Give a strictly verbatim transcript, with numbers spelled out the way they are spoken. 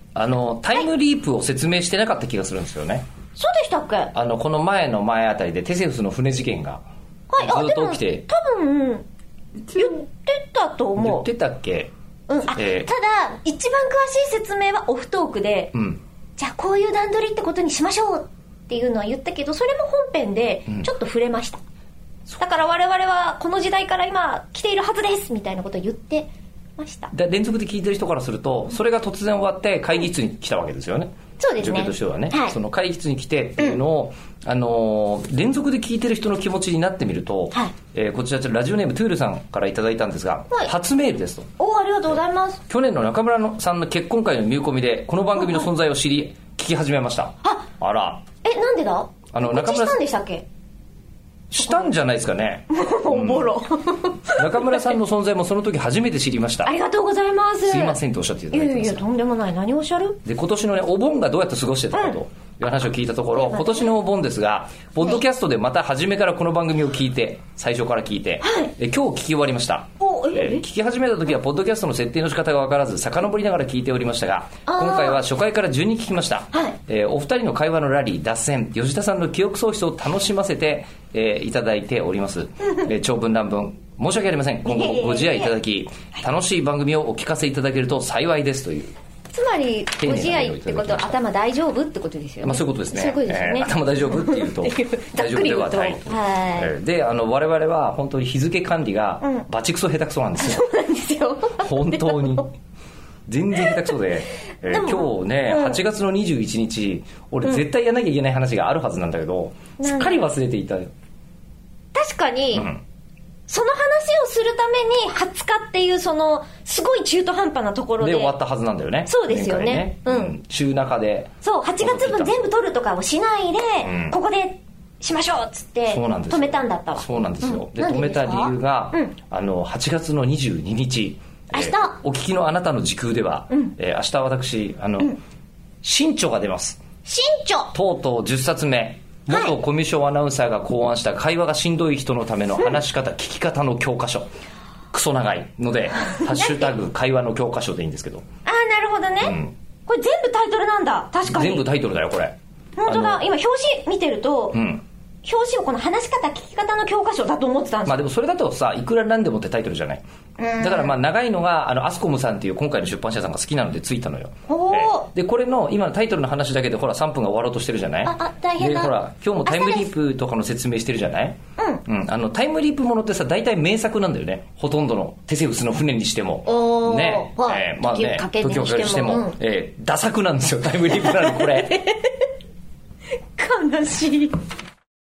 あのタイムリープを説明してなかった気がするんですよね、はい、 そうでしたっけ。 あのこの前の前あたりでテセウスの船事件がずっと起きて、はい、 多分言ってたと思う。 言ってたっけ、 うん、あ、えー、ただ一番詳しい説明はオフトークで、うん、じゃあこういう段取りってことにしましょうっていうのは言ったけど、それも本編でちょっと触れました、うん、だから我々はこの時代から今来ているはずですみたいなことを言ってました。 連続で聞いてる人からするとそれが突然終わって会議室に来たわけですよね。 そうですね、 状況としてはね、 はい、 その会議室に来てっていうのを、うん、あのー、連続で聞いてる人の気持ちになってみると、はい、えー、こちらラジオネームトゥールさんからいただいたんですが、はい、初メールですと。 お、ありがとうございます。 去年の中村さんの結婚会の見込みでこの番組の存在を知り、はい、聞き始めました。 あ、 あら、 え、なんでだ。 あの中村さんでしたっけ。 したんじゃないですかね。 おもろ、 うん、中村さんの存在もその時初めて知りました。 ありがとうございます。 すいませんとおっしゃっていただいてます。 いやいや、とんでもない。何をおっしゃる。 で今年のねお盆がどうやって過ごしてたかという話を聞いたところ、うん、今年のお盆ですがポッドキャストでまた初めからこの番組を聞いて、最初から聞いて、はい、え今日聞き終わりました。 おええー、聞き始めた時はポッドキャストの設定の仕方が分からず遡りながら聞いておりましたが、今回は初回から順に聞きました、はい、えー、お二人の会話のラリー脱線、吉田さんの記憶喪失を楽しませて、えー、いただいております、えー、長文乱文申し訳ありません。今後もご自愛いただき楽しい番組をお聞かせいただけると幸いですという。 つまりご自愛ってことは頭大丈夫ってことですよね。 まあ、そういうことですね。 そういうことですよね、 えー、頭大丈夫っていうと大丈夫ではないと、はい、であの我々は本当に日付管理がバチクソ下手くそなんですよ、 うん、そうなんですよ本当に全然下手くそで、えー、今日ね、うん、はちがつのにじゅういちにち俺絶対やらなきゃいけない話があるはずなんだけど、うん、すっかり忘れていた。 確かに、うん、その話をするためにはつかっていうそのすごい中途半端なところでで終わったはずなんだよね。 そうですよ ね, ね、うん、うん、 週中でそうはちがつぶん全部取るとかをしないで、うん、ここでしましょうっつって止めたんだったわ。 そうなんですよ、うん、で止めた理由が、うん、あのはちがつのにじゅうににち明日、えー、お聞きのあなたの時空では、うん、えー、明日私あの、うん、新著が出ます。 新著とうとうじゅっさつめ、元コミュ障アナウンサーが考案した会話がしんどい人のための話し方、うん、聞き方の教科書。クソ長いのでハッシュタグ会話の教科書でいいんですけどああなるほどね、うん、これ全部タイトルなんだ。確かに全部タイトルだよこれ。 本当だ。今表紙見てると、うん、表紙をこの話し方聞き方の教科書だと思ってたんですよ。 まあでもそれだとさいくらなんでもってタイトルじゃない。だからまあ長いのがあのアスコムさんっていう今回の出版社さんが好きなのでついたのよ。おー、でこれの今のタイトルの話だけでほらさんぷんが終わろうとしてるじゃない。 ああ大変だ。 でほら今日もタイムリープとかの説明してるじゃない。うん、うん、あのタイムリープものってさ大体名作なんだよね。ほとんどのテセウスの船にしてもおね、えー、まあね時をかけにしても、 うん、えー、ダ作なんですよタイムリープなんでこれ悲しい